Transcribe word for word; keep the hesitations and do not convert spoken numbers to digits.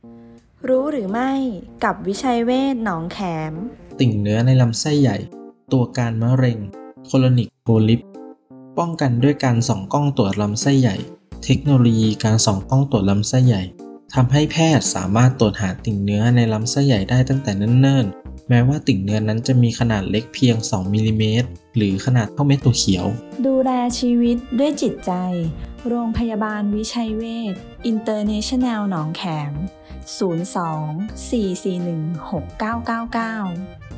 รู้หรือไม่กับวิชัยเวชหนองแขมติ่งเนื้อในลำไส้ใหญ่ตัวการมะเร็งโคลนิกโพลิปป้องกันด้วยการส่องกล้องตรวจลำไส้ใหญ่เทคโนโลยีการส่องกล้องตรวจลำไส้ใหญ่ทำให้แพทย์สามารถตรวจหาติ่งเนื้อในลำไส้ใหญ่ได้ตั้งแต่เนิ่นๆแม้ว่าติ่งเนื้อนั้นจะมีขนาดเล็กเพียงสองมิลลิเมตรหรือขนาดเท่าเม็ดถั่วเขียวดูแลชีวิตด้วยจิตใจโรงพยาบาลวิชัยเวชอินเตอร์เนชั่นแนลหนองแขมศูนย์ สอง สี่ สี่ หนึ่ง หก เก้า เก้า เก้า